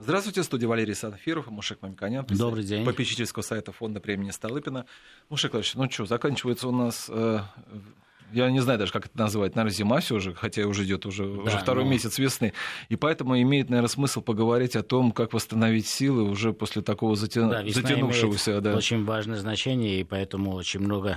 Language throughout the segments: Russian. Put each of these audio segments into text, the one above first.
Здравствуйте, в студии Валерий Санфиров и Мушек Мамиканян, Добрый день. попечительского совета фонда премии Столыпина. Мушек Владимирович, ну что, заканчивается у нас, я не знаю даже, как это назвать, наверное, зима все же, хотя уже идет уже второй месяц весны. И поэтому имеет, наверное, смысл поговорить о том, как восстановить силы уже после такого затянувшегося. Да, очень важное значение, и поэтому очень много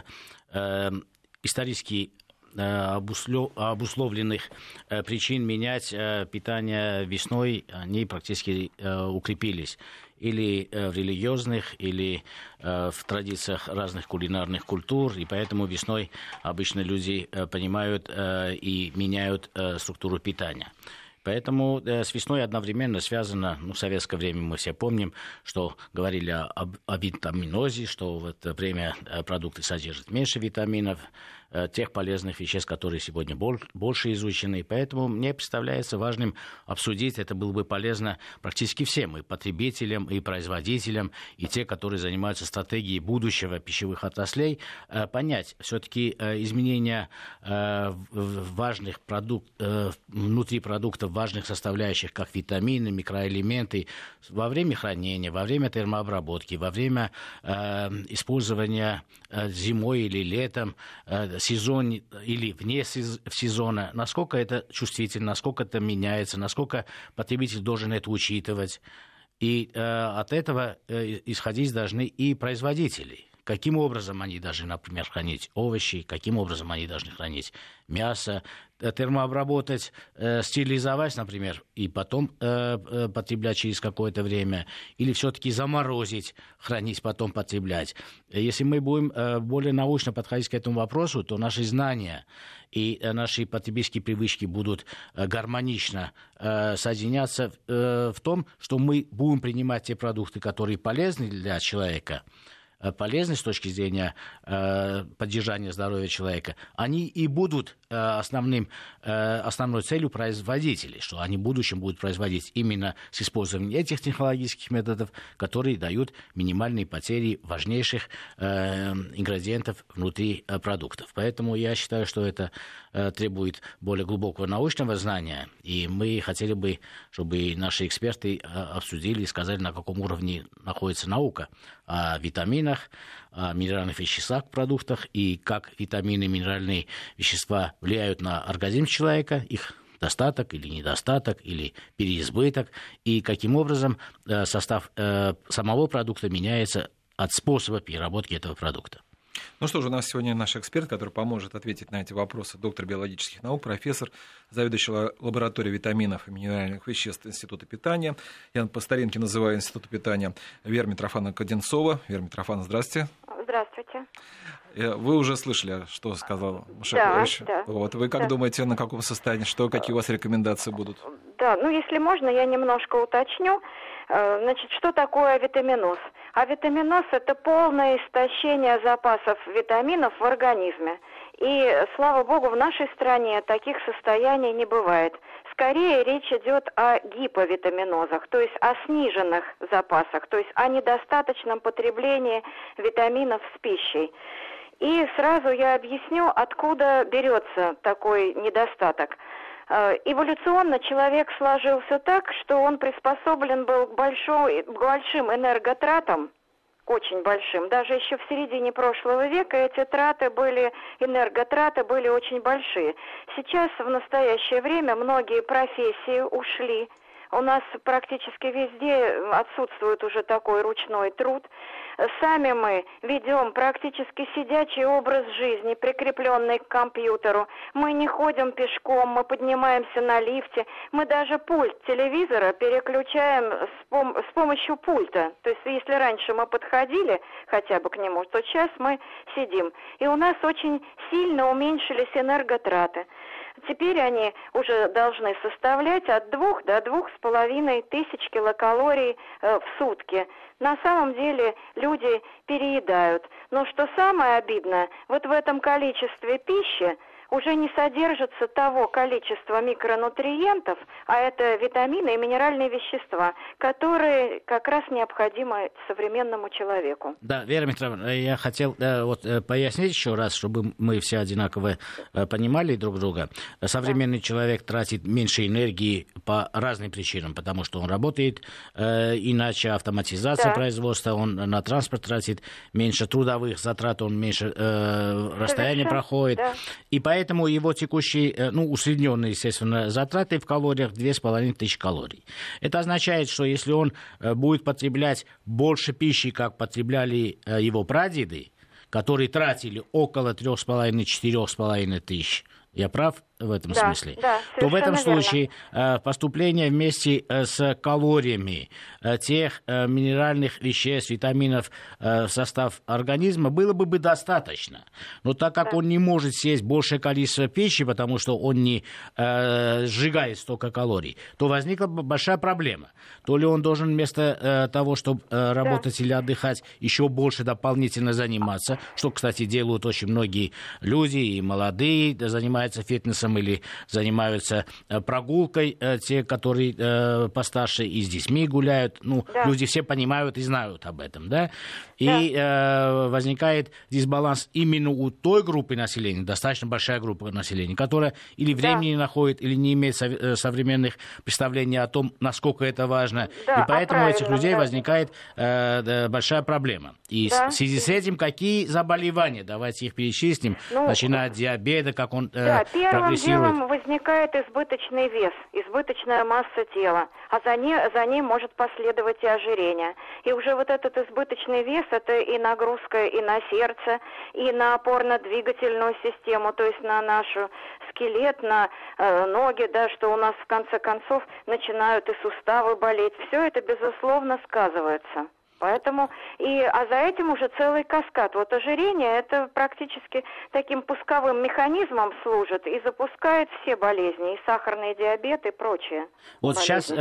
исторически обусловленных причин менять питание весной, они практически укрепились. Или в религиозных, или в традициях разных кулинарных культур. И поэтому весной обычно люди понимают и меняют структуру питания. Поэтому с весной одновременно связано, в советское время мы все помним, что говорили о витаминозе, что в это время продукты содержат меньше витаминов, тех полезных веществ, которые сегодня больше изучены. И поэтому мне представляется важным обсудить, это было бы полезно практически всем, и потребителям, и производителям, и те, которые занимаются стратегией будущего пищевых отраслей, понять все-таки изменения важных внутри продуктов, важных составляющих, как витамины, микроэлементы, во время хранения, во время термообработки, во время использования зимой или летом, сезоне или вне сезона, насколько это чувствительно, насколько это меняется, насколько потребитель должен это учитывать. И от этого исходить должны и производители. Каким образом они должны, например, хранить овощи, каким образом они должны хранить мясо, термообработать, стерилизовать, например, и потом потреблять через какое-то время, или все-таки заморозить, хранить, потом потреблять. Если мы будем более научно подходить к этому вопросу, то наши знания и наши потребительские привычки будут гармонично соединяться в том, что мы будем принимать те продукты, которые полезны для человека, полезны с точки зрения поддержания здоровья человека, они и будут основной целью производителей, что они в будущем будут производить именно с использованием этих технологических методов, которые дают минимальные потери важнейших ингредиентов внутри продуктов. Поэтому я считаю, что это требует более глубокого научного знания, и мы хотели бы, чтобы наши эксперты обсудили и сказали, на каком уровне находится наука о витаминах, о минеральных веществах в продуктах и как витамины и минеральные вещества влияют на организм человека, их достаток или недостаток, или переизбыток, и каким образом состав самого продукта меняется от способа переработки этого продукта. Ну что же, у нас сегодня наш эксперт, который поможет ответить на эти вопросы, доктор биологических наук, профессор, заведующий лабораторией витаминов и минеральных веществ Института питания. Я по старинке называю Института питания Вера Митрофановна Коденцова. Вера Митрофановна, здравствуйте. Здравствуйте. Вы уже слышали, что сказал Мушек? Да. Вот. Вы как думаете, на каком состоянии, какие у вас рекомендации будут? Да, если можно, я немножко уточню. Значит, что такое авитаминоз? Авитаминоз – это полное истощение запасов витаминов в организме. И, слава богу, в нашей стране таких состояний не бывает. Скорее речь идет о гиповитаминозах, то есть о сниженных запасах, то есть о недостаточном потреблении витаминов с пищей. И сразу я объясню, откуда берется такой недостаток. Эволюционно человек сложился так, что он приспособлен был к большим энерготратам, к очень большим. Даже еще в середине прошлого века эти энерготраты были очень большие. Сейчас, в настоящее время, многие профессии ушли. У нас практически везде отсутствует уже такой ручной труд. Сами мы ведем практически сидячий образ жизни, прикрепленный к компьютеру. Мы не ходим пешком, мы поднимаемся на лифте. Мы даже пульт телевизора переключаем с помощью пульта. То есть если раньше мы подходили хотя бы к нему, то сейчас мы сидим. И у нас очень сильно уменьшились энерготраты. Теперь они уже должны составлять от 2 до 2,5 тысяч килокалорий в сутки. На самом деле люди переедают. Но что самое обидное, вот в этом количестве пищи уже не содержится того количества микронутриентов, а это витамины и минеральные вещества, которые как раз необходимы современному человеку. Да, Вера Михайловна, я хотел пояснить еще раз, чтобы мы все одинаково понимали друг друга. Современный человек тратит меньше энергии по разным причинам, потому что он работает, иначе автоматизация производства, он на транспорт тратит меньше трудовых затрат, он меньше расстояния проходит. Да. И поэтому его текущие, усредненные, естественно, затраты в калориях 2500 калорий. Это означает, что если он будет потреблять больше пищи, как потребляли его прадеды, которые тратили около 3500-4500, тысяч, я прав в этом смысле? Да, то в этом случае поступление вместе с калориями тех минеральных веществ, витаминов в состав организма было бы достаточно. Но так как он не может съесть большее количество пищи, потому что он не сжигает столько калорий, то возникла бы большая проблема. То ли он должен вместо того, чтобы работать или отдыхать, еще больше дополнительно заниматься, что, кстати, делают очень многие люди, и молодые, занимаются фитнесом или занимаются прогулкой, те, которые постарше, и с детьми гуляют. Люди все понимают и знают об этом, да? И возникает дисбаланс именно у той группы населения, достаточно большая группа населения, которая или времени не находит, или не имеет современных представлений о том, насколько это важно. И поэтому у этих людей возникает большая проблема. И в связи с этим какие заболевания? Давайте их перечислим, начиная от диабета, как он первым делом возникает избыточный вес, избыточная масса тела, а за ней может последовать и ожирение. И уже вот этот избыточный вес, это и нагрузка и на сердце, и на опорно-двигательную систему, то есть на нашу скелет, на ноги, да, что у нас в конце концов начинают и суставы болеть. Все это, безусловно, сказывается. Поэтому, а за этим уже целый каскад. Вот ожирение, это практически таким пусковым механизмом служит и запускает все болезни, и сахарный диабет, и прочее. Вот болезни. Сейчас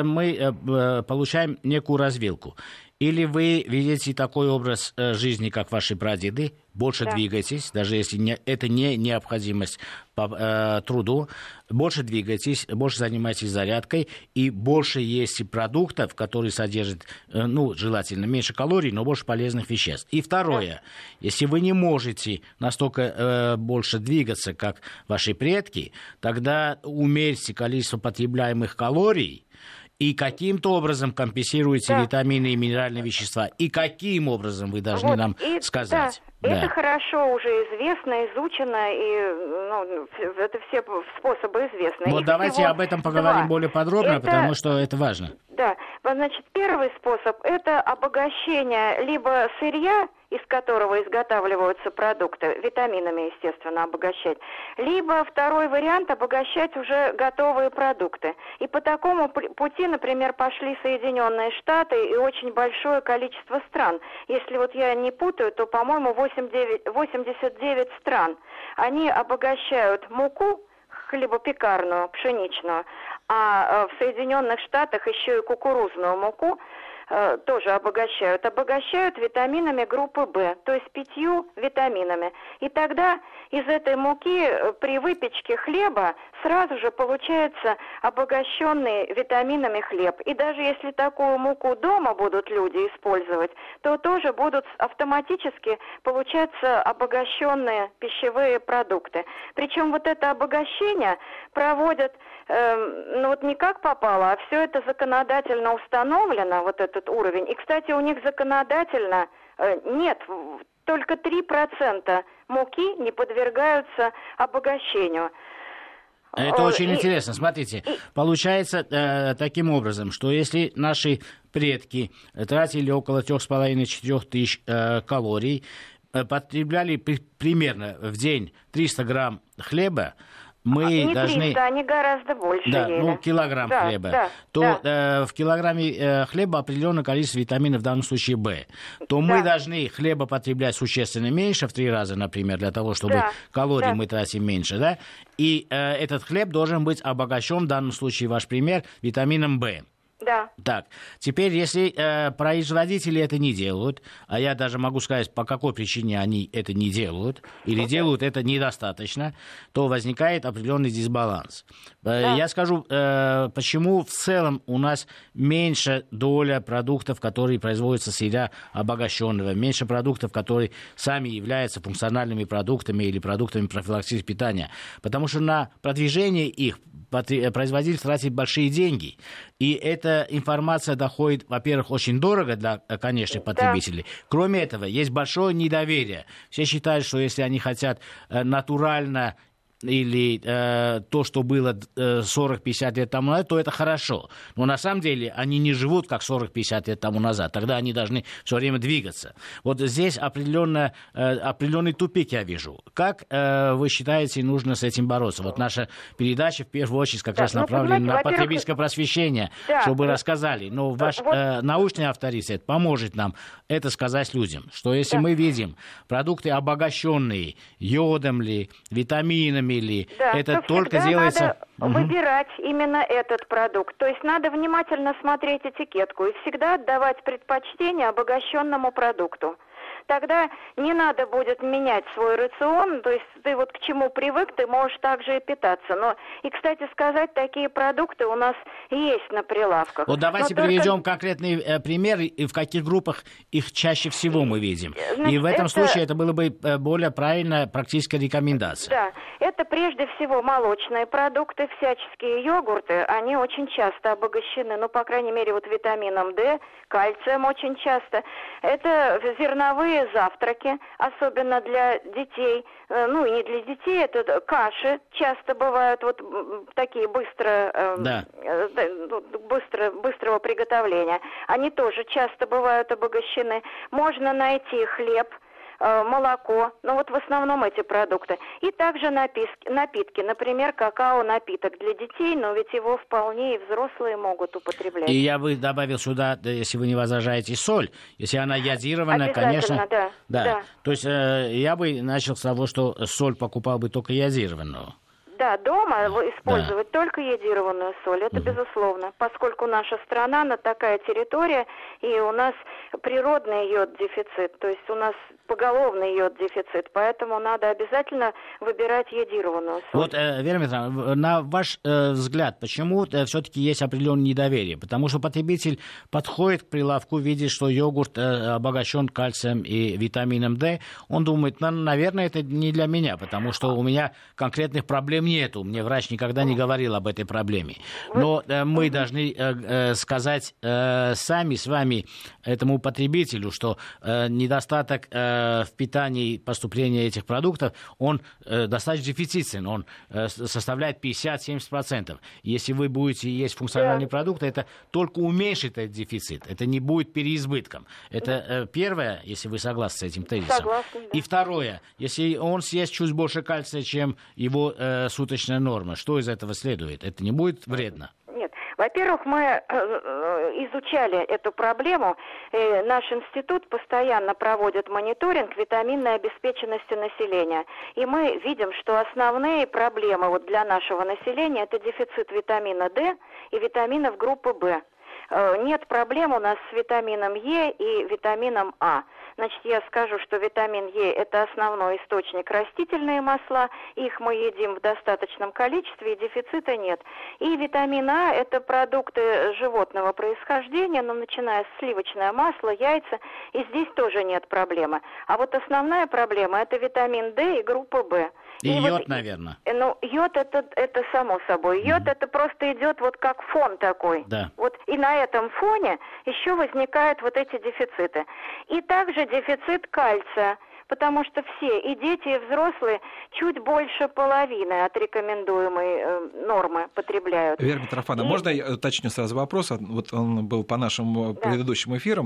мы получаем некую развилку. Или вы ведете такой образ жизни, как ваши прадеды, больше двигаетесь, даже если это не необходимость по труду, больше двигаетесь, больше занимаетесь зарядкой и больше есть продуктов, которые содержат, желательно, меньше калорий, но больше полезных веществ. И второе, если вы не можете настолько больше двигаться, как ваши предки, тогда умерьте количество потребляемых калорий, и каким-то образом компенсируете витамины и минеральные вещества. И каким образом вы должны нам сказать. Это хорошо уже известно, изучено, и это все способы известны. Вот давайте об этом поговорим более подробно, потому что это важно. Да, значит, первый способ – это обогащение либо сырья, из которого изготавливаются продукты, витаминами, естественно, обогащать, либо второй вариант – обогащать уже готовые продукты. И по такому пути, например, пошли Соединенные Штаты и очень большое количество стран. Если вот я не путаю, то, по-моему, 89 стран. Они обогащают муку, хлебопекарную, пшеничную, а в Соединенных Штатах еще и кукурузную муку тоже обогащают витаминами группы В, то есть 5 витаминами. И тогда из этой муки при выпечке хлеба сразу же получается обогащенный витаминами хлеб. И даже если такую муку дома будут люди использовать, то тоже будут автоматически получаться обогащенные пищевые продукты. Причем вот это обогащение проводят не как попало, а все это законодательно установлено, вот этот уровень. И, кстати, у них законодательно нет, только 3% муки не подвергаются обогащению. Это очень интересно. Смотрите, получается таким образом, что если наши предки тратили около 3500-4000 тысяч калорий, потребляли примерно в день 300 грамм хлеба, мы не должны... 300, они гораздо больше ели. Килограмм хлеба. В килограмме хлеба определенное количество витаминов, в данном случае В. То мы должны хлеба потреблять существенно меньше, в 3 раза, например, для того, чтобы калорий мы тратим меньше. Да? И этот хлеб должен быть обогащен, в данном случае ваш пример, витамином В. Да. Так, теперь, если производители это не делают, а я даже могу сказать, по какой причине они это не делают, или делают это недостаточно, то возникает определенный дисбаланс. Да. Я скажу, почему в целом у нас меньше доля продуктов, которые производятся с сырья обогащенного, меньше продуктов, которые сами являются функциональными продуктами или продуктами профилактического питания. Потому что на продвижение их производитель тратит большие деньги. И эта информация доходит, во-первых, очень дорого для конечных потребителей. Да. Кроме этого, есть большое недоверие. Все считают, что если они хотят натурально или то, что было 40-50 лет тому назад, то это хорошо. Но на самом деле они не живут как 40-50 лет тому назад. Тогда они должны все время двигаться. Вот здесь определенный тупик я вижу. Как вы считаете, нужно с этим бороться? Вот наша передача в первую очередь как раз направлена на потребительское просвещение, чтобы рассказали. Но ваш научный авторитет поможет нам это сказать людям. Что если мы видим продукты обогащенные йодом ли, витаминами, это только делается... Надо выбирать именно этот продукт. То есть надо внимательно смотреть этикетку и всегда отдавать предпочтение обогащенному продукту. Тогда не надо будет менять свой рацион, то есть ты вот к чему привык, ты можешь также и питаться. Но, и, кстати сказать, такие продукты у нас есть на прилавках. Вот давайте приведем конкретный пример, и в каких группах их чаще всего мы видим. Значит, и в этом случае это было бы более правильная практическая рекомендация. Да, это прежде всего молочные продукты, всяческие йогурты, они очень часто обогащены, ну, по крайней мере, вот витамином D, кальцием очень часто. Это зерновые завтраки, особенно для детей, ну и не для детей, это каши часто бывают вот такие быстрого приготовления. Они тоже часто бывают обогащены. Можно найти хлеб, молоко, ну вот в основном эти продукты. И также напитки, например, какао-напиток для детей, но ведь его вполне и взрослые могут употреблять. И я бы добавил сюда, если вы не возражаете, соль. Если она йодированная, конечно... Да. То есть я бы начал с того, что соль покупал бы только йодированную. Да, дома использовать только йодированную соль, это безусловно, поскольку наша страна, на такая территория, и у нас природный йод-дефицит, то есть у нас поголовный йод-дефицит, поэтому надо обязательно выбирать йодированную соль. Вот, Вера Михайловна, на ваш взгляд, почему все-таки есть определенное недоверие? Потому что потребитель подходит к прилавку, видит, что йогурт обогащен кальцием и витамином D, он думает, наверное, это не для меня, потому что у меня конкретных проблем нету. Мне врач никогда не говорил об этой проблеме. Но мы должны сказать сами с вами этому потребителю, что недостаток в питании поступления этих продуктов, он достаточно дефицитен. Он составляет 50-70%. Если вы будете есть функциональные продукты, это только уменьшит этот дефицит. Это не будет переизбытком. Это первое, если вы согласны с этим тезисом. Согласна, да. И второе, если он съест чуть больше кальция, чем его суточная норма, что из этого следует? Это не будет вредно? Нет. Во-первых, мы изучали эту проблему. Наш институт постоянно проводит мониторинг витаминной обеспеченности населения. И мы видим, что основные проблемы вот для нашего населения – это дефицит витамина D и витаминов группы В. Нет проблем у нас с витамином Е и витамином А. Значит, я скажу, что витамин Е – это основной источник растительные масла, их мы едим в достаточном количестве, и дефицита нет. И витамин А – это продукты животного происхождения, но начиная с сливочное масло, яйца, и здесь тоже нет проблемы. А вот основная проблема – это витамин D и группа В. И йод, наверное. Ну, йод это само собой. Йод это просто идет вот как фон такой. Да. Вот и на этом фоне еще возникают вот эти дефициты. И также дефицит кальция. Потому что все, и дети, и взрослые, чуть больше половины от рекомендуемой нормы потребляют. Вера Митрофановна, можно я уточню сразу вопрос? Вот он был по нашим предыдущим эфирам,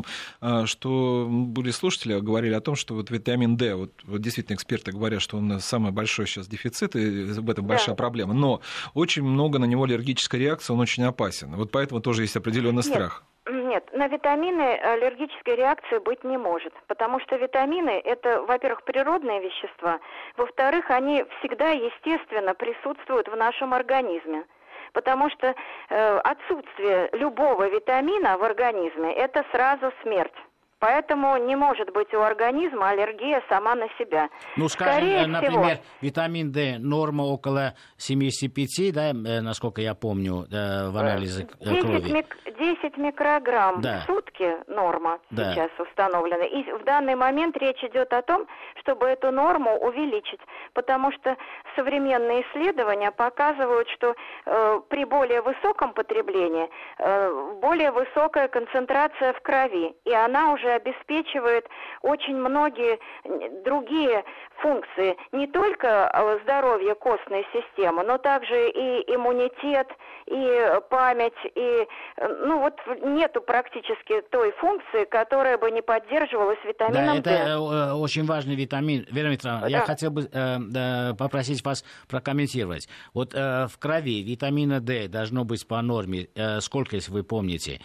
что были слушатели, говорили о том, что вот витамин D, вот действительно эксперты говорят, что он самый большой сейчас дефицит, и в этом большая проблема. Но очень много на него аллергической реакции, он очень опасен. Вот поэтому тоже есть определенный страх. Нет, на витамины аллергической реакции быть не может, потому что витамины – это, во-первых, природные вещества, во-вторых, они всегда естественно присутствуют в нашем организме. потому что отсутствие любого витамина в организме – это сразу смерть. Поэтому не может быть у организма аллергия сама на себя. Ну, скажем, например, витамин D норма около 75, да, насколько я помню, в анализе крови. 10 микрограмм в сутки норма сейчас установлена. И в данный момент речь идет о том, чтобы эту норму увеличить, потому что современные исследования показывают, что при более высоком потреблении более высокая концентрация в крови, и она уже обеспечивает очень многие другие функции, не только здоровье костной системы, но также и иммунитет, и память, и нету практически той функции, которая бы не поддерживалась витамином D. Это очень важный витамин. Вера Митрофановна, я хотел бы попросить вас прокомментировать. Вот в крови витамина D должно быть по норме, сколько, если вы помните?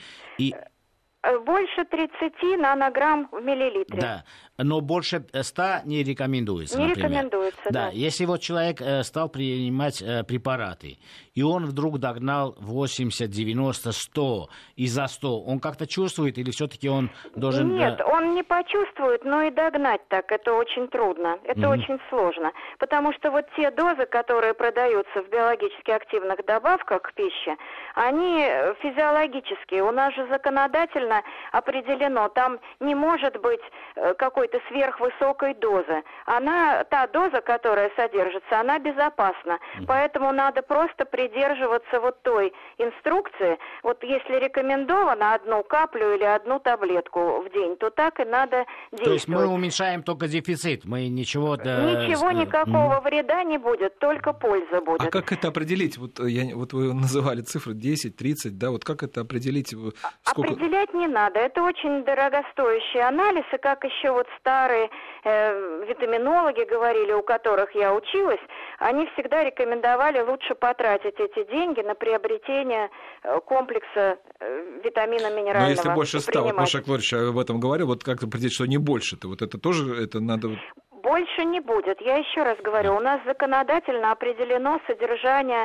Больше 30 нанограмм в миллилитре. Да, но больше 100 не рекомендуется, не например. Рекомендуется, да. Если вот человек стал принимать препараты, и он вдруг догнал 80, 90, 100, и за 100, он как-то чувствует или все-таки он должен... Нет, он не почувствует, но и догнать так, это очень трудно, это очень сложно. Потому что вот те дозы, которые продаются в биологически активных добавках к пище, они физиологические. У нас же законодательно определено, там не может быть какой-то сверхвысокой дозы. Та доза, которая содержится, она безопасна. Поэтому надо просто придерживаться вот той инструкции. Вот если рекомендовано 1 каплю или 1 таблетку в день, то так и надо действовать. То есть мы уменьшаем только дефицит, мы ничего... Никакого вреда не будет, только польза будет. А как это определить? Вот вы называли цифры 10, 30, да, вот как это определить? Сколько... Определять не надо, это очень дорогостоящий анализ, и как еще вот старые витаминологи говорили, у которых я училась, они всегда рекомендовали лучше потратить эти деньги на приобретение комплекса витамина минерального. Но если больше 100, вот Маша Клорич об этом говорил, вот как определить, что не больше-то? Вот это тоже, это надо... Больше не будет. Я еще раз говорю, у нас законодательно определено содержание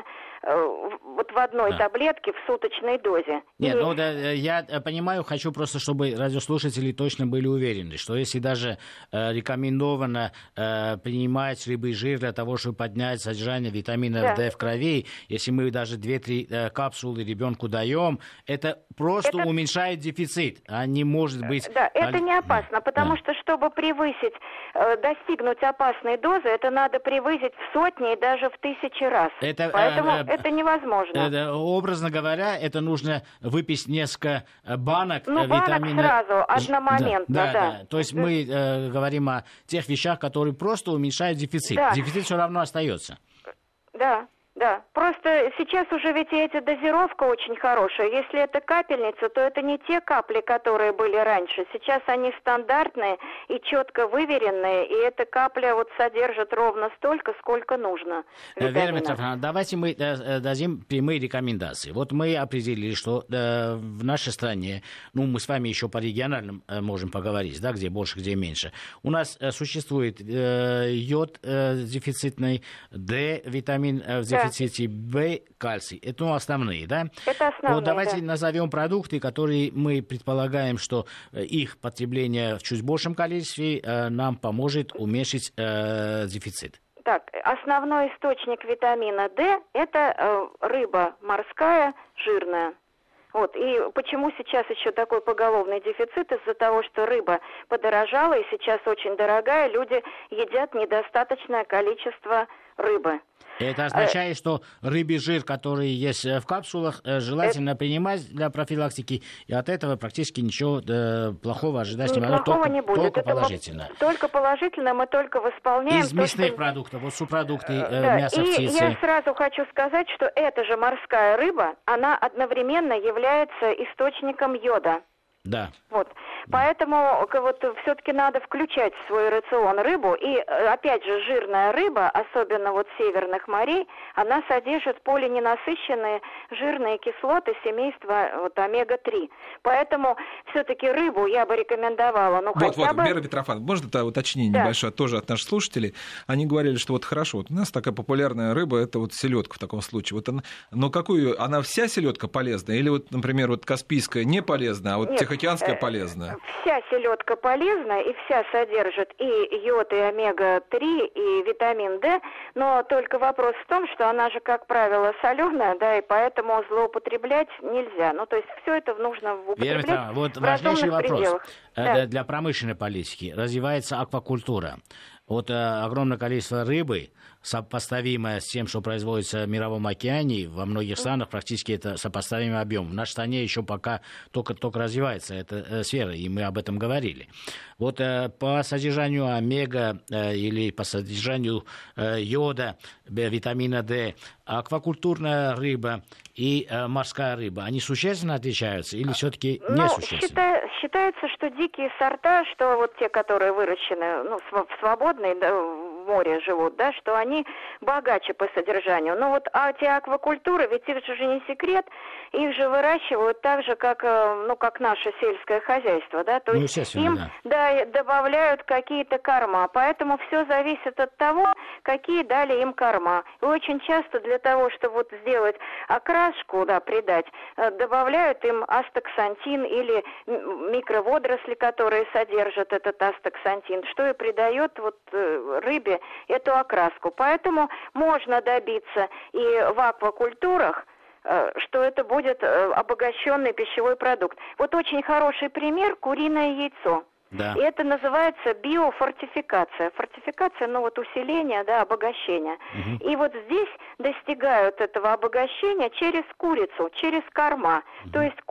вот в одной таблетке в суточной дозе. Нет, я понимаю, хочу просто, чтобы радиослушатели точно были уверены, что если даже рекомендовано принимать рыбий жир для того, чтобы поднять содержание витамина D в крови, если мы даже 2-3 капсулы ребенку даем, это просто уменьшает дефицит, а не может быть... Да, это не опасно, потому что, чтобы достигнуть опасной дозы, это надо превысить в сотни и даже в 1000 раз. Поэтому это невозможно. Образно говоря, это нужно выпить несколько банок банок витамина... сразу, одномоментно, да. То есть мы говорим о тех вещах, которые просто уменьшают дефицит. Да. Дефицит все равно остается. Да. Просто сейчас уже ведь эта дозировка очень хорошая. Если это капельница, то это не те капли, которые были раньше. Сейчас они стандартные и четко выверенные, и эта капля вот содержит ровно столько, сколько нужно. Вера Митрофановна, давайте мы дадим прямые рекомендации. Вот мы определили, что в нашей стране, мы с вами еще по региональным можем поговорить, да, где больше, где меньше. У нас существует йод дефицитный, D витамин в дефиците, В, кальций. Это основные, да? Это основные, вот давайте назовем продукты, которые мы предполагаем, что их потребление в чуть большем количестве нам поможет уменьшить дефицит. Так, основной источник витамина D – это рыба морская, жирная. Вот. И почему сейчас еще такой поголовный дефицит? Из-за того, что рыба подорожала и сейчас очень дорогая, люди едят недостаточное количество рыбы. Это означает, что рыбий жир, который есть в капсулах, желательно принимать для профилактики, и от этого практически ничего плохого ожидать не надо, только положительно. Только положительно, мы только восполняем... Из мясных продуктов, вот субпродукты мяса птицы. Я сразу хочу сказать, что эта же морская рыба, она одновременно является источником йода. Да. Вот. Поэтому вот все-таки надо включать в свой рацион рыбу. И опять же, жирная рыба, особенно вот северных морей, она содержит полиненасыщенные жирные кислоты семейства вот, омега-3. Поэтому все-таки рыбу я бы рекомендовала. Ну, вот, Вера Митрофановна, можно уточнение небольшое тоже от наших слушателей? Они говорили, что вот хорошо, вот у нас такая популярная рыба, это вот селедка в таком случае. Вот она, но какую, она вся селедка полезная? Или вот, например, вот каспийская не полезная, а вот Нет, тихоокеанская полезная? Вся селедка полезна, и вся содержит и йод, и омега-3, и витамин D, но только вопрос в том, что она же, как правило, соленая, да, и поэтому злоупотреблять нельзя. Ну, то есть все это нужно употреблять Вера, вот в важнейший разумных вопрос. пределах. Да. Для промышленной политики развивается аквакультура. Вот огромное количество рыбы, сопоставимое с тем, что производится в Мировом океане, во многих странах практически это сопоставимый объем. В нашей стране еще пока только развивается эта сфера, и мы об этом говорили. Вот по содержанию омега или по содержанию йода, витамина D, аквакультурная рыба и морская рыба, они существенно отличаются или все-таки несущественно? Считается, что дикие сорта, что вот те, которые выращены в свободной в море живут, да, что они богаче по содержанию. Но вот те аквакультуры, ведь это же не секрет, их же выращивают так же, как наше сельское хозяйство, да, то есть им добавляют какие-то корма, поэтому все зависит от того, какие дали им корма. И очень часто для того, чтобы вот сделать окраску, да, придать, добавляют им астаксантин или микроводоросли, которые содержат этот астаксантин, что и придает вот рыбе эту окраску. Поэтому можно добиться и в аквакультурах, что это будет обогащенный пищевой продукт. Вот очень хороший пример – куриное яйцо. Да. И это называется биофортификация. Фортификация, усиление, да, обогащение. Угу. И вот здесь достигают этого обогащения через курицу, через корма. Угу. То есть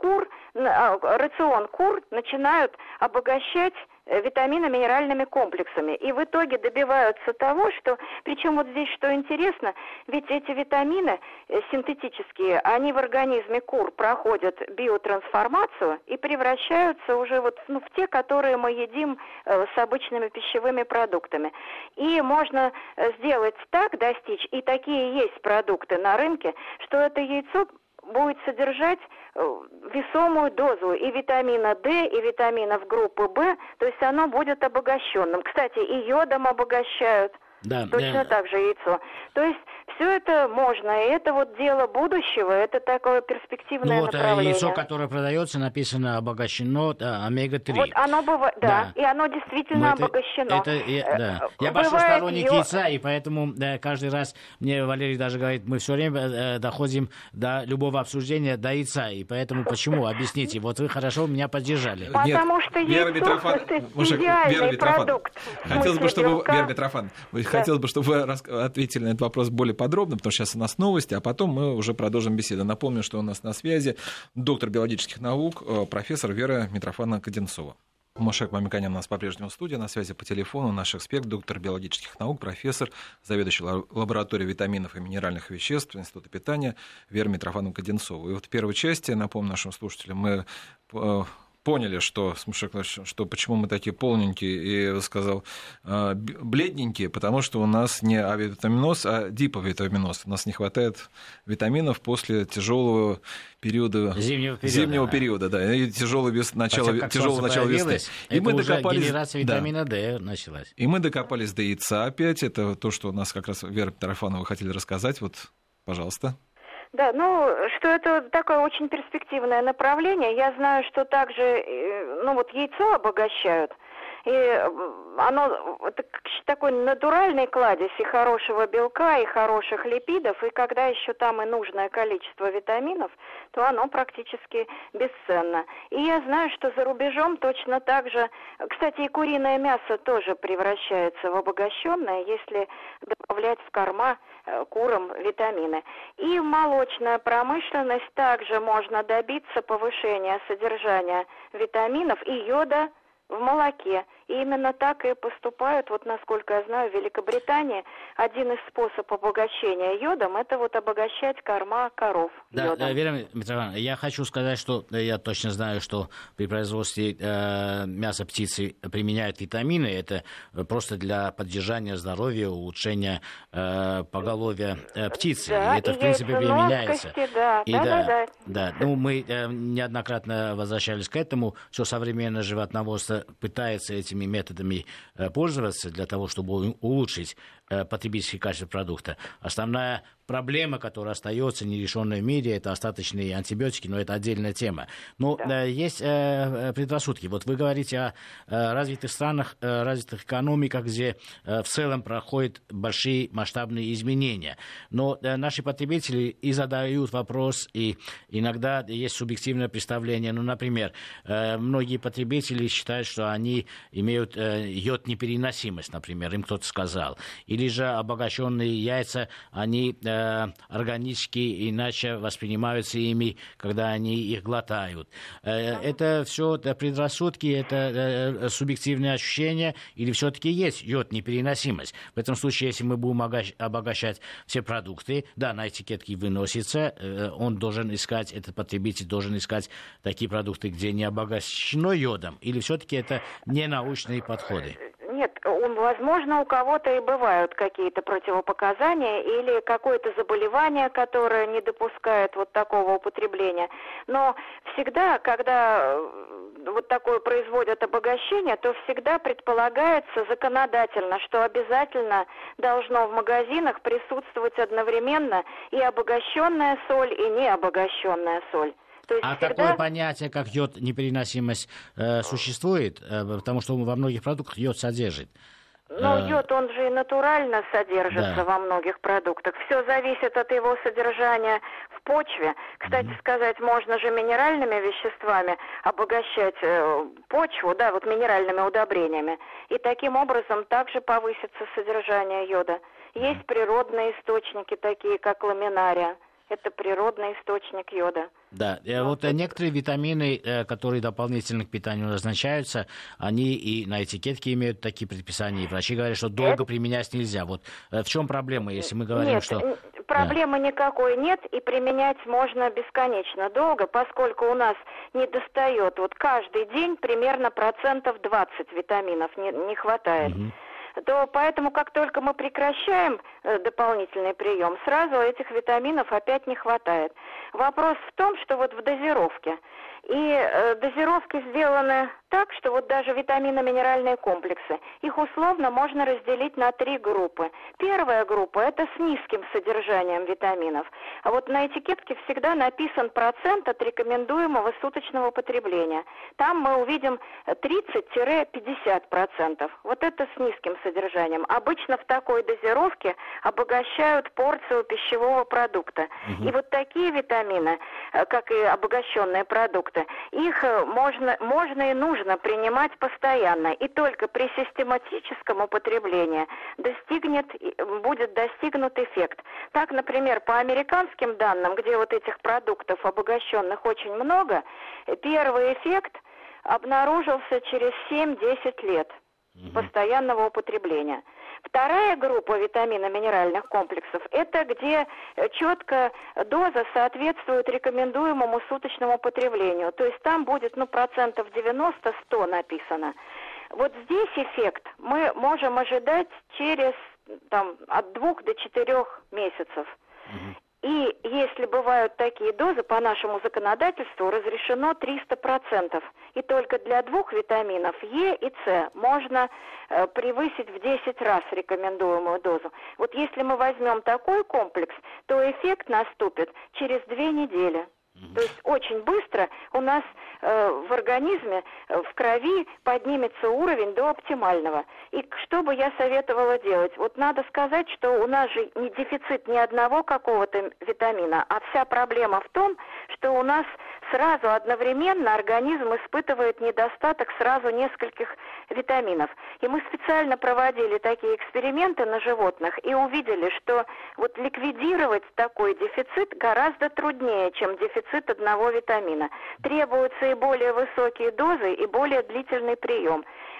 рацион кур начинают обогащать витаминно-минеральными комплексами. И в итоге добиваются того, что, причем вот здесь что интересно, ведь эти витамины синтетические, они в организме кур проходят биотрансформацию и превращаются уже в те, которые мы едим с обычными пищевыми продуктами. И можно сделать так, достичь, и такие есть продукты на рынке, что это яйцо будет содержать весомую дозу и витамина D, и витаминов группы В, то есть оно будет обогащенным. Кстати, и йодом обогащают. Да, точно так же яйцо. То есть все это можно, и это вот дело будущего, это такое перспективное направление. Яйцо, которое продается, написано обогащено омега-3. Вот оно бывает, да, и оно действительно обогащено. Я большой сторонник яйца, и поэтому каждый раз мне Валерий даже говорит, мы все время доходим до любого обсуждения до яйца, и поэтому почему? Объясните, вот вы хорошо меня поддержали. Потому что яйцо это идеальный продукт. Хотелось бы, чтобы вы ответили на этот вопрос более подробно, потому что сейчас у нас новости, а потом мы уже продолжим беседу. Напомню, что у нас на связи доктор биологических наук, профессор Вера Митрофановна-Коденцова. Мушек Мамиканян у нас по-прежнему в студии, на связи по телефону наш эксперт, доктор биологических наук, профессор, заведующий лабораторией витаминов и минеральных веществ Института питания Вера Митрофановна-Коденцова. И вот в первой части, напомню нашим слушателям, мы поняли, что почему мы такие полненькие и, сказал, бледненькие, потому что у нас не авитаминоз, а диповитаминоз. У нас не хватает витаминов после тяжелого периода, зимнего периода, да, и тяжелого начала весны. И мы докопались, генерация витамина D началась. И мы докопались до яйца опять. Это то, что у нас как раз Вера Митрофанова хотели рассказать. Вот, пожалуйста. Да, что это такое очень перспективное направление. Я знаю, что также, яйцо обогащают. И оно это такой натуральный кладезь и хорошего белка, и хороших липидов, и когда еще там и нужное количество витаминов, то оно практически бесценно. И я знаю, что за рубежом точно так же, кстати, и куриное мясо тоже превращается в обогащенное, если добавлять в корма курам витамины. И молочная промышленность также можно добиться повышения содержания витаминов и йода в молоке. И именно так и поступают, вот насколько я знаю, в Великобритании один из способов обогащения йодом – это вот обогащать корма коров йодом. Да, Вера Митрофановна, я хочу сказать, что я точно знаю, что при производстве мяса птицы применяют витамины. Это просто для поддержания здоровья, улучшения поголовья птицы. Да, и это, в принципе, применяется. Да. Ну, мы неоднократно возвращались к этому. Все современное животноводство пытается этими методами пользоваться для того, чтобы улучшить потребительское качество продукта. Основная проблема, которая остается нерешенной в мире, это остаточные антибиотики, но это отдельная тема. Но есть предрассудки. Вот вы говорите о развитых странах, развитых экономиках, где в целом проходят большие масштабные изменения. Но наши потребители и задают вопрос, и иногда есть субъективное представление. Ну, например, многие потребители считают, что они имеют йод-непереносимость, например, им кто-то сказал. Или же обогащенные яйца, они органически иначе воспринимаются ими, когда они их глотают. Это все предрассудки, это субъективные ощущения, или все-таки есть йод-непереносимость? В этом случае, если мы будем обогащать все продукты, да, на этикетке выносится, он должен искать, этот потребитель должен искать такие продукты, где не обогащено йодом, или все-таки это не научные подходы? Нет, возможно, у кого-то и бывают какие-то противопоказания или какое-то заболевание, которое не допускает вот такого употребления. Но всегда, когда вот такое производят обогащение, то всегда предполагается законодательно, что обязательно должно в магазинах присутствовать одновременно и обогащенная соль, и необогащенная соль. Такое понятие, как йод-непереносимость, существует? Потому что во многих продуктах йод содержит. Ну, йод, он же и натурально содержится во многих продуктах. Все зависит от его содержания в почве. Кстати сказать, можно же минеральными веществами обогащать почву, да, вот минеральными удобрениями. И таким образом также повысится содержание йода. Есть природные источники, такие как ламинария. Это природный источник йода. Да, вот некоторые витамины, которые дополнительно к питанию назначаются, они и на этикетке имеют такие предписания, и врачи говорят, что долго применять нельзя. Вот в чем проблема, если мы говорим, нет, что... Проблемы никакой нет, и применять можно бесконечно долго, поскольку у нас недостает вот каждый день примерно 20% витаминов не хватает. То поэтому, как только мы прекращаем дополнительный прием, сразу этих витаминов опять не хватает. Вопрос в том, что вот в дозировке. И дозировки сделаны так, что вот даже витаминно-минеральные комплексы, их условно можно разделить на 3 группы. Первая группа – это с низким содержанием витаминов. А вот на этикетке всегда написан процент от рекомендуемого суточного потребления. Там мы увидим 30-50%. Вот это с низким содержанием. Обычно в такой дозировке обогащают порцию пищевого продукта. И вот такие витамины, как и обогащенные продукты, их можно и нужно принимать постоянно, и только при систематическом употреблении будет достигнут эффект. Так, например, по американским данным, где вот этих продуктов обогащенных очень много, первый эффект обнаружился через 7-10 лет постоянного употребления. Вторая группа витаминно-минеральных комплексов – это где четко доза соответствует рекомендуемому суточному потреблению. То есть там будет, процентов 90-100 написано. Вот здесь эффект мы можем ожидать через от 2 до 4 месяцев. И если бывают такие дозы, по нашему законодательству разрешено 300%. И только для 2 витаминов Е и С можно превысить в 10 раз рекомендуемую дозу. Вот если мы возьмем такой комплекс, то эффект наступит через 2 недели. То есть очень быстро у нас в организме, в крови поднимется уровень до оптимального. И что бы я советовала делать? Вот надо сказать, что у нас же не дефицит ни одного какого-то витамина, а вся проблема в том, что у нас сразу одновременно организм испытывает недостаток сразу нескольких витаминов. И мы специально проводили такие эксперименты на животных и увидели, что вот ликвидировать такой дефицит гораздо труднее, чем дефицит одного витамина. Требуются и более высокие дозы, и более длительный прием.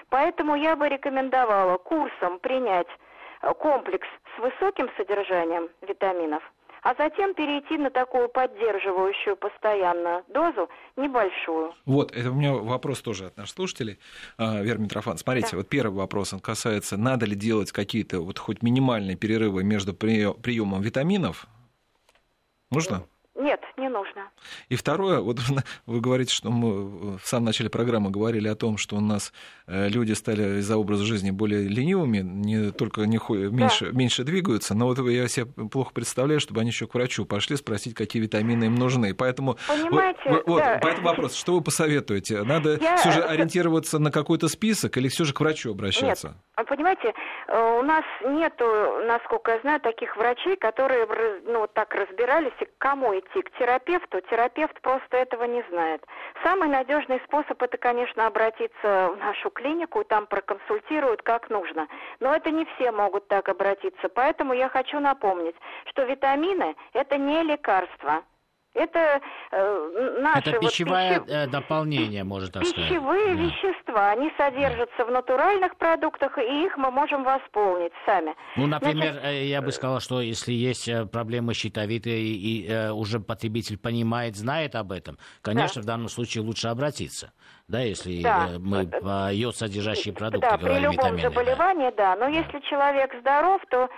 Поэтому я бы рекомендовала курсом принять комплекс с высоким содержанием витаминов, а затем перейти на такую поддерживающую постоянно дозу, небольшую. Вот, это у меня вопрос тоже от наших слушателей. Вера Митрофановна, смотрите, вот первый вопрос, он касается, надо ли делать какие-то вот хоть минимальные перерывы между приемом витаминов? Нужно? Нет, не нужно. И второе, вот вы говорите, что мы в самом начале программы говорили о том, что у нас люди стали из-за образа жизни более ленивыми, не только меньше двигаются, но вот я себе плохо представляю, чтобы они еще к врачу пошли спросить, какие витамины им нужны. Поэтому, поэтому вопрос, что вы посоветуете? Надо все же ориентироваться на какой-то список или все же к врачу обращаться? Нет, понимаете, у нас нету, насколько я знаю, таких врачей, которые так разбирались, и к кому идти. К терапевту, терапевт просто этого не знает. Самый надежный способ — это, конечно, обратиться в нашу клинику, и там проконсультируют как нужно. Но это не все могут так обратиться, поэтому я хочу напомнить, что витамины — это не лекарства. Это наши... Это пищевое дополнение, можно так сказать. Пищевые вещества, они содержатся в натуральных продуктах, и их мы можем восполнить сами. Например, я бы сказал, что если есть проблемы щитовидной, и уже потребитель понимает, знает об этом, конечно, в данном случае лучше обратиться. Да, если мы йод-содержащие продукты говорим, витамины. При любом заболевании, но если человек здоров, то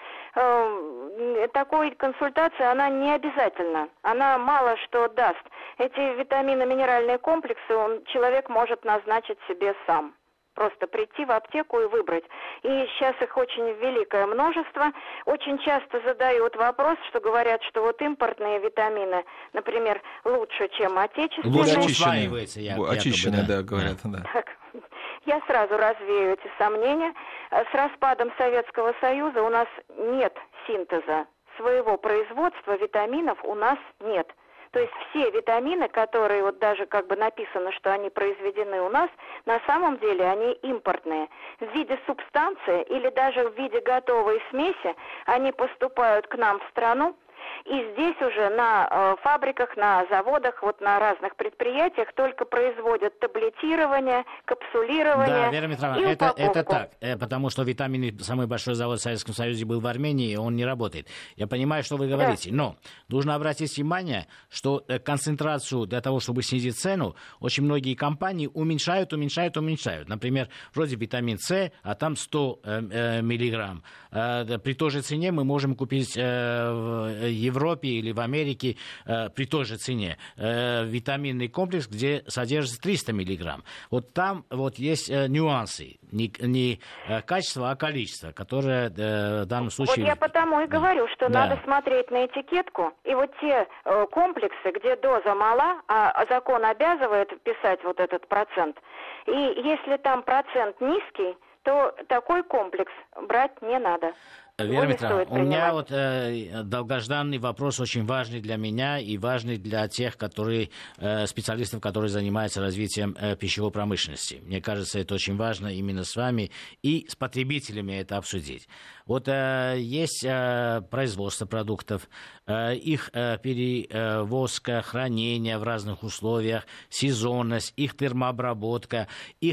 такой консультации, она не обязательна. Она мало что даст. Эти витаминно-минеральные комплексы человек может назначить себе сам. Просто прийти в аптеку и выбрать. И сейчас их очень великое множество. Очень часто задают вопрос, что говорят, что вот импортные витамины, например, лучше, чем отечественные. Лучше усваивается, очищенные, да, говорят. Да. Так. Я сразу развею эти сомнения. С распадом Советского Союза у нас нет синтеза своего производства витаминов, у нас нет. То есть все витамины, которые вот даже как бы написано, что они произведены у нас, на самом деле они импортные. В виде субстанции или даже в виде готовой смеси они поступают к нам в страну. И здесь уже на фабриках, на заводах, вот на разных предприятиях только производят таблетирование, капсулирование. Да, Вера Митрофановна, это так, потому что витамины, самый большой завод в Советском Союзе был в Армении, и он не работает. Я понимаю, что вы говорите, но нужно обратить внимание, что концентрацию для того, чтобы снизить цену, очень многие компании уменьшают. Например, вроде витамин С, а там 100 миллиграмм. При той же цене мы можем купить в Европе или в Америке при той же цене витаминный комплекс, где содержится 300 миллиграмм. Вот там вот есть нюансы, не качество, а количество, которое в данном случае... Вот я потому и говорю, что надо смотреть на этикетку, и вот те комплексы, где доза мала, а закон обязывает вписать вот этот процент, и если там процент низкий, то такой комплекс брать не надо. Вера Митрофановна, у меня вот долгожданный вопрос, очень важный для меня и важный для тех, специалистов, которые занимаются развитием пищевой промышленности. Мне кажется, это очень важно именно с вами и с потребителями это обсудить. Вот есть производство продуктов, их перевозка, хранение в разных условиях, сезонность, их термообработка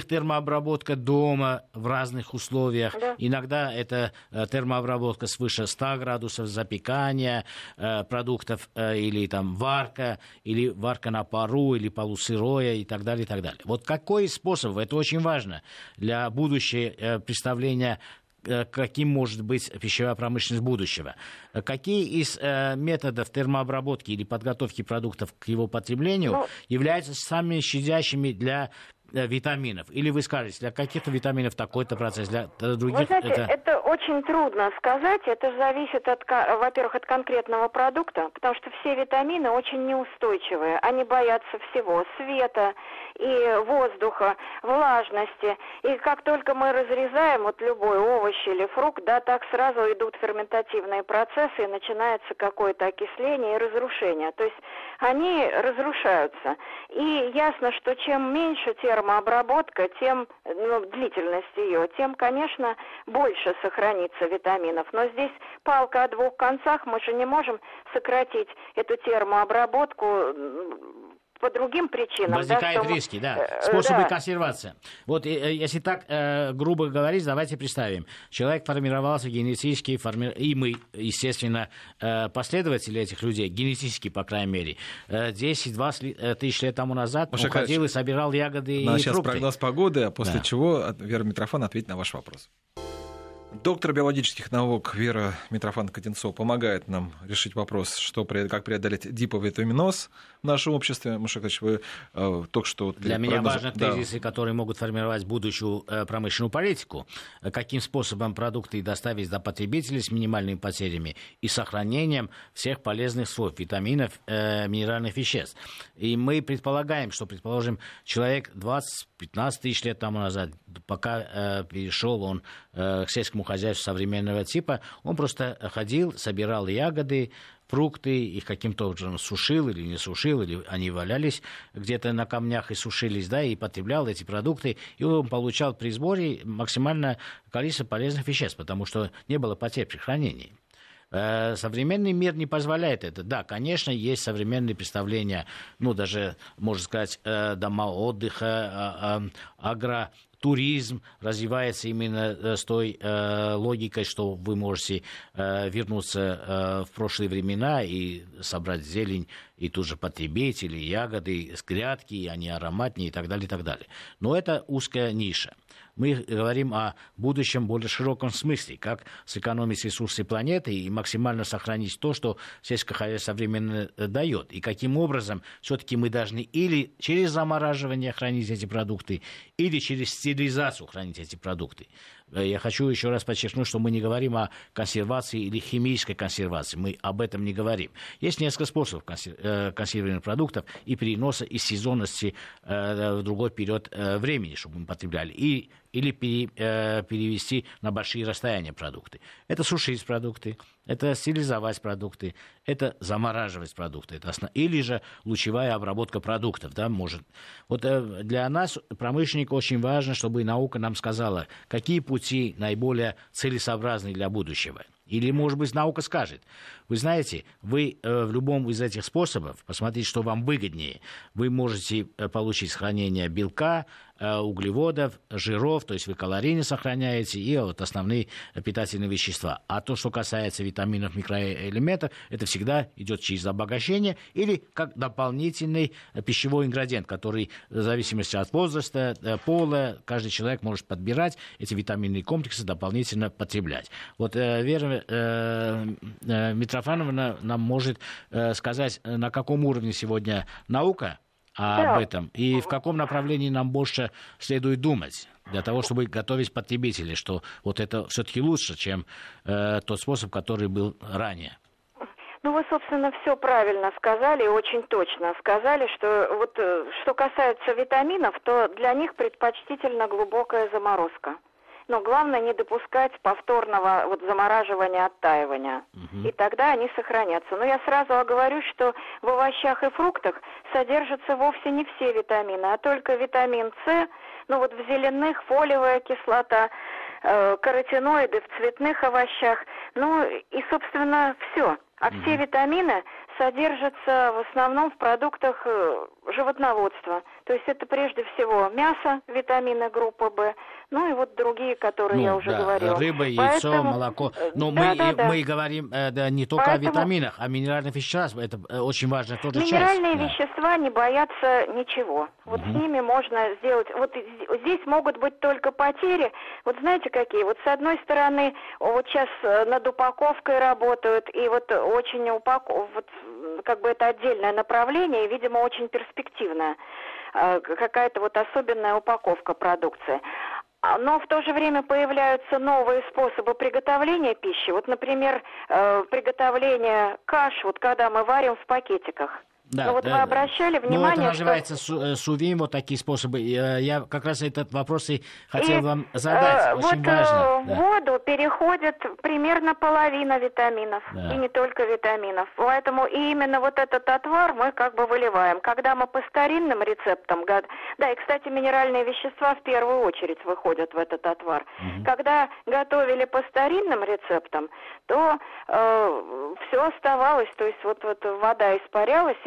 дома в разных условиях. Да. Иногда это термообработка свыше 100 градусов, запекания продуктов или там варка, или варка на пару, или полусырое и так далее, и так далее. Вот какой способ, это очень важно для будущего представления, каким может быть пищевая промышленность будущего. Какие из методов термообработки или подготовки продуктов к его потреблению являются самыми щадящими для витаминов? Или вы скажете, для каких-то витаминов такой-то процесс, для других... Вы знаете, это очень трудно сказать. Это зависит, во-первых, от конкретного продукта, потому что все витамины очень неустойчивые. Они боятся всего: света и воздуха, влажности. И как только мы разрезаем вот любой овощ или фрукт, так сразу идут ферментативные процессы, и начинается какое-то окисление и разрушение. То есть они разрушаются. И ясно, что чем меньше термообработка, тем длительность ее, тем, конечно, больше сохранится витаминов. Но здесь палка о двух концах, мы же не можем сократить эту термообработку по другим причинам. Возникают риски, да. Способы консервации. Вот если так грубо говорить, давайте представим. Человек формировался генетически, и мы, естественно, последователи этих людей, генетически, по крайней мере, 10-20 тысяч лет тому назад он ходил и собирал ягоды и фрукты. Сейчас прогноз погоды, а после чего Вера Митрофан ответит на ваш вопрос. Доктор биологических наук Вера Митрофан-Котенцова помогает нам решить вопрос, как преодолеть диповитаминоз в нашем обществе. Маша Николаевич, вы только что... Для меня важны тезисы, которые могут формировать будущую промышленную политику. Каким способом продукты доставить до потребителей с минимальными потерями и сохранением всех полезных свойств, витаминов, минеральных веществ. И мы предполагаем, что, предположим, человек 20-15 тысяч лет тому назад, пока перешел он к сельскому хозяйству современного типа, он просто ходил, собирал ягоды, фрукты, их каким-то образом сушил или не сушил, или они валялись где-то на камнях и сушились, да, и потреблял эти продукты, и он получал при сборе максимальное количество полезных веществ, потому что не было потерь при хранении. Современный мир не позволяет это. Да, конечно, есть современные представления, даже, можно сказать, дома отдыха, агротуризм развивается именно с той логикой, что вы можете вернуться в прошлые времена и собрать зелень и тут же потребить, или ягоды с грядки, и они ароматнее и так далее, и так далее. Но это узкая ниша. Мы говорим о будущем в более широком смысле, как сэкономить ресурсы планеты и максимально сохранить то, что сельское хозяйство современно дает. И каким образом все-таки мы должны или через замораживание хранить эти продукты, или через стерилизацию хранить эти продукты. Я хочу еще раз подчеркнуть, что мы не говорим о консервации или химической консервации. Мы об этом не говорим. Есть несколько способов консервирования продуктов и переноса из сезонности в другой период времени, чтобы мы потребляли. Или перевести на большие расстояния продукты. Это сушить продукты, это стерилизовать продукты, это замораживать продукты. Или же лучевая обработка продуктов. Да, может. Вот для нас, промышленников, очень важно, чтобы наука нам сказала, какие пути наиболее целесообразны для будущего. Или, может быть, наука скажет, вы знаете, вы в любом из этих способов, посмотрите, что вам выгоднее, вы можете получить сохранение белка, углеводов, жиров, то есть вы калорийно сохраняете, и вот основные питательные вещества. А то, что касается витаминов, микроэлементов, это всегда идет через обогащение или как дополнительный пищевой ингредиент, который в зависимости от возраста, пола, каждый человек может подбирать эти витаминные комплексы, дополнительно потреблять. Вот Вера Митрофановна нам может сказать, на каком уровне сегодня наука об этом, и в каком направлении нам больше следует думать для того, чтобы готовить потребителей, что вот это все-таки лучше, чем тот способ, который был ранее. Вы, собственно, все правильно сказали и очень точно сказали, что вот что касается витаминов, то для них предпочтительна глубокая заморозка. Но главное не допускать повторного замораживания, оттаивания. И тогда они сохранятся. Но я сразу оговорюсь, что в овощах и фруктах содержатся вовсе не все витамины, а только витамин С, в зеленых фолиевая кислота, каротиноиды в цветных овощах, и, собственно, все. А все витамины содержатся в основном в продуктах животноводства. То есть это прежде всего мясо, витамины группы В, и другие, которые я уже говорила. Рыба, яйцо, молоко. Но мы говорим не только о витаминах, а о минеральных веществах. Это очень важно тоже часть. Минеральные вещества не боятся ничего. Вот с ними можно сделать... Вот здесь могут быть только потери. Вот знаете какие? Вот с одной стороны, вот сейчас над упаковкой работают, и очень это отдельное направление, и, видимо, очень перспективное. Какая-то особенная упаковка продукции. Но в то же время появляются новые способы приготовления пищи. Например, приготовление каш, когда мы варим в пакетиках. Да, вы обращали внимание, это называется сувим, такие способы. Я как раз этот вопрос и хотел вам задать. Очень важно. В воду переходит примерно половина витаминов. И не только витаминов. Поэтому именно этот отвар мы выливаем. Когда мы по старинным рецептам... Да, и, кстати, минеральные вещества в первую очередь выходят в этот отвар. Когда готовили по старинным рецептам, то все оставалось. То есть вода испарялась, и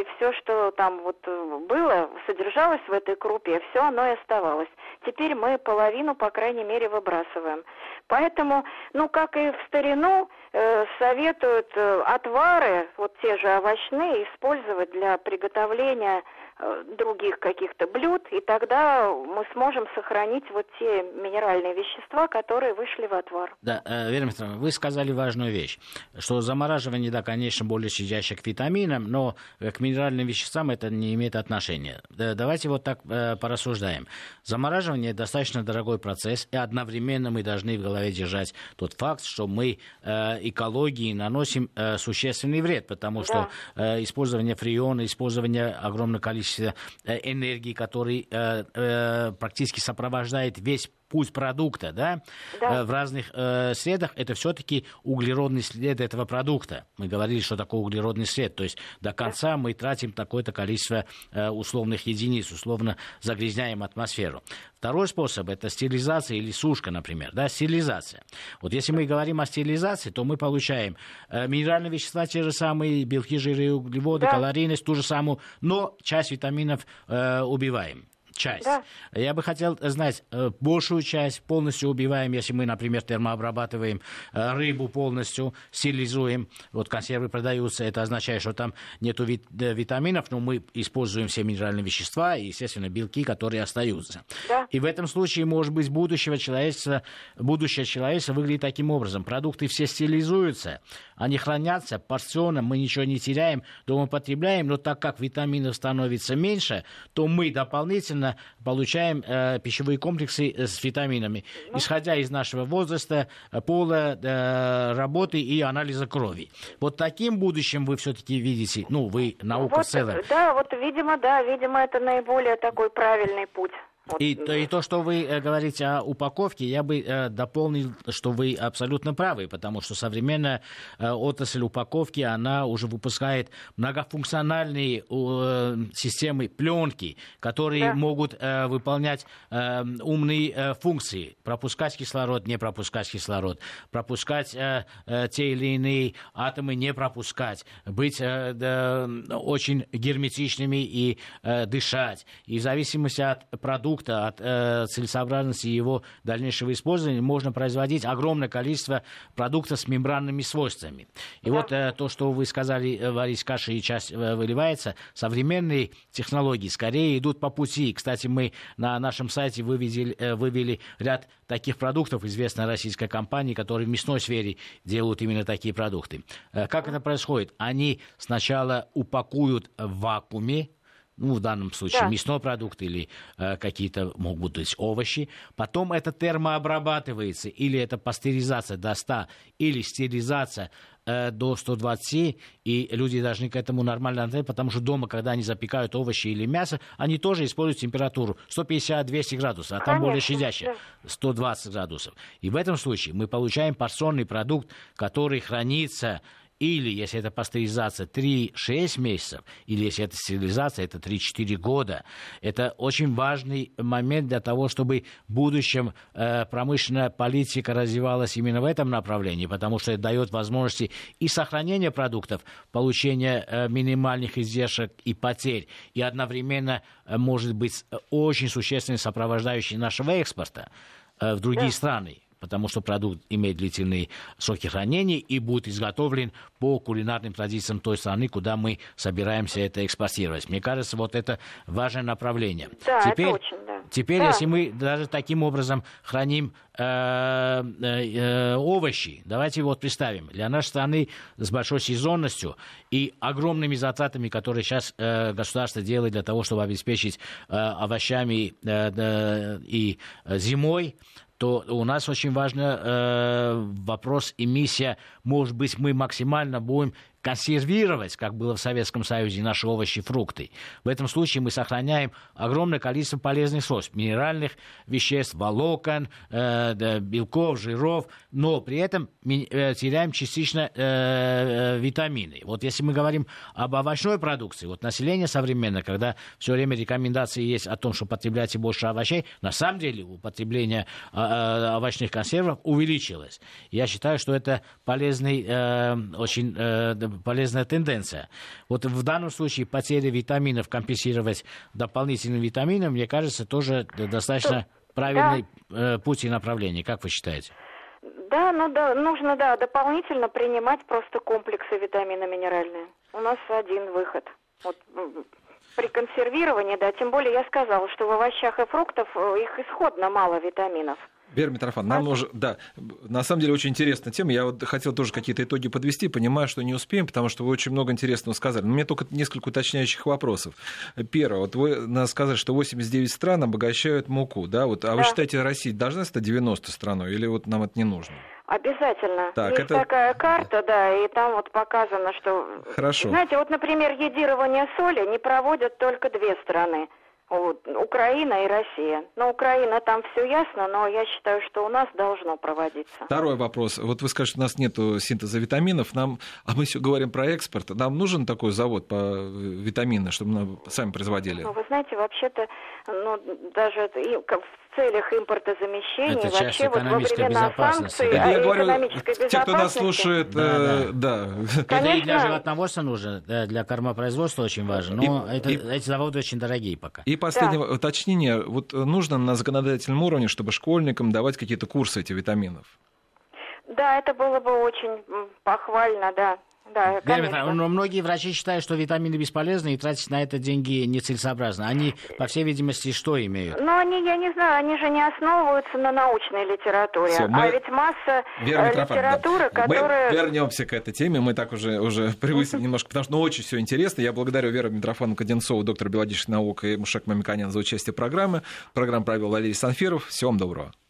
все, что там вот было, содержалось в этой крупе, все оно и оставалось. Теперь мы половину, по крайней мере, выбрасываем. Поэтому, как и в старину, советуют отвары, вот те же овощные, использовать для приготовления других каких-то блюд, и тогда мы сможем сохранить вот те минеральные вещества, которые вышли в отвар. Да, Вера Михайловна, вы сказали важную вещь, что замораживание, да, конечно, более щадящее к витаминам, но к минеральным веществам это не имеет отношения. Давайте вот так порассуждаем. Замораживание достаточно дорогой процесс, и одновременно мы должны в голове держать тот факт, что мы экологии наносим существенный вред, потому что использование фреона, использование огромного количества энергии, который практически сопровождает весь путь продукта, да? В разных средах, это все-таки углеродный след этого продукта. Мы говорили, что такое углеродный след, то есть до конца мы тратим такое-то количество условных единиц, условно загрязняем атмосферу. Второй способ – это стерилизация или сушка, например, да, стерилизация. Вот если мы говорим о стерилизации, то мы получаем минеральные вещества, те же самые, белки, жиры, углеводы, калорийность, ту же самую, но часть витаминов убиваем. Часть. Да. Я бы хотел знать, большую часть полностью убиваем, если мы, например, термообрабатываем рыбу полностью, стерилизуем. Вот консервы продаются, это означает, что там нету витаминов, но мы используем все минеральные вещества и, естественно, белки, которые остаются. Да. И в этом случае, может быть, будущее человечества выглядит таким образом. Продукты все стерилизуются, они хранятся порционно, мы ничего не теряем, дома потребляем, но так как витаминов становится меньше, то мы дополнительно получаем пищевые комплексы с витаминами, исходя из нашего возраста, пола, работы и анализа крови. Вот таким будущим вы все-таки видите, вы наука в целом. Да, видимо, это наиболее такой правильный путь. И то, что вы говорите о упаковке, я бы дополнил, что вы абсолютно правы, потому что современная отрасль упаковки, она уже выпускает многофункциональные системы пленки, которые могут выполнять умные функции, пропускать кислород, не пропускать кислород, пропускать те или иные атомы, не пропускать, быть очень герметичными и дышать. И в зависимости от продукта, от целесообразности его дальнейшего использования можно производить огромное количество продуктов с мембранными свойствами. И вот то, что вы сказали, варить каши и часть выливается, современные технологии скорее идут по пути. Кстати, мы на нашем сайте вывели ряд таких продуктов, известной российской компании, которые в мясной сфере делают именно такие продукты. Как это происходит? Они сначала упакуют в вакууме, в данном случае мясной продукт или какие-то могут быть овощи. Потом это термообрабатывается, или это пастеризация до 100, или стерилизация до 120, и люди должны к этому нормально относиться, потому что дома, когда они запекают овощи или мясо, они тоже используют температуру 150-200 градусов, а там более щадящая 120 градусов. И в этом случае мы получаем порционный продукт, который хранится или, если это пастеризация, 3-6 месяцев, или если это стерилизация, это 3-4 года. Это очень важный момент для того, чтобы в будущем промышленная политика развивалась именно в этом направлении, потому что это дает возможности и сохранения продуктов, получения минимальных издержек и потерь, и одновременно может быть очень существенной сопровождающей нашего экспорта в другие страны, потому что продукт имеет длительные сроки хранения и будет изготовлен по кулинарным традициям той страны, куда мы собираемся это экспортировать. Мне кажется, вот это важное направление. Да, это очень, Теперь, если мы даже таким образом храним овощи, давайте вот представим, для нашей страны с большой сезонностью и огромными затратами, которые сейчас государство делает для того, чтобы обеспечить овощами и зимой, то у нас очень важный вопрос эмиссия. Может быть, мы максимально будем консервировать, как было в Советском Союзе, наши овощи и фрукты. В этом случае мы сохраняем огромное количество полезных свойств, минеральных веществ, волокон, белков, жиров, но при этом теряем частично витамины. Вот если мы говорим об овощной продукции, вот население современное, когда все время рекомендации есть о том, что потребляйте больше овощей, на самом деле употребление овощных консервов увеличилось. Я считаю, что это полезный очень полезная тенденция. Вот в данном случае потеря витаминов компенсировать дополнительным витамином, мне кажется, тоже достаточно правильный путь и направление. Как вы считаете? Да, нужно, дополнительно принимать просто комплексы витаминно-минеральные. У нас один выход. Вот, при консервировании, тем более я сказала, что в овощах и фруктах их исходно мало витаминов. Вера Митрофановна, нам уже, на самом деле очень интересная тема. Я вот хотел тоже какие-то итоги подвести, понимаю, что не успеем, потому что вы очень много интересного сказали. Но у меня только несколько уточняющих вопросов. Первое, вот вы сказали, что 89 стран обогащают муку, да? Вот, вы считаете, Россия должна стать 90 страной, или вот нам это не нужно? Обязательно. Есть такая карта, и там вот показано, что... Хорошо. Знаете, вот, например, йодирование соли не проводят только две страны. Вот, Украина и Россия. Но Украина, там все ясно, но я считаю, что у нас должно проводиться. Второй вопрос. Вот вы скажете, у нас нет синтеза витаминов, а мы все говорим про экспорт. Нам нужен такой завод по витаминам, чтобы мы сами производили? Вы знаете, вообще-то, даже в целях импортозамещения, это вообще вот во времена санкций, я говорю, экономической безопасности... Те, кто нас слушает, Это и для животноводства нужно, для кормопроизводства очень важно, но эти заводы очень дорогие пока. И последнее уточнение. Вот нужно на законодательном уровне, чтобы школьникам давать какие-то курсы этих витаминов? Да, это было бы очень похвально, Да, но многие врачи считают, что витамины бесполезны и тратить на это деньги нецелесообразно. Они, по всей видимости, что имеют? Я не знаю, они же не основываются на научной литературе. Ведь масса литературы, которая... Мы вернемся к этой теме, мы так уже привысили немножко, потому что очень все интересно. Я благодарю Веру Митрофановну Кодинцову, доктора биологических наук, и Мушек Мамиканян за участие в программе. Программу провел Валерий Санфиров. Всего вам доброго.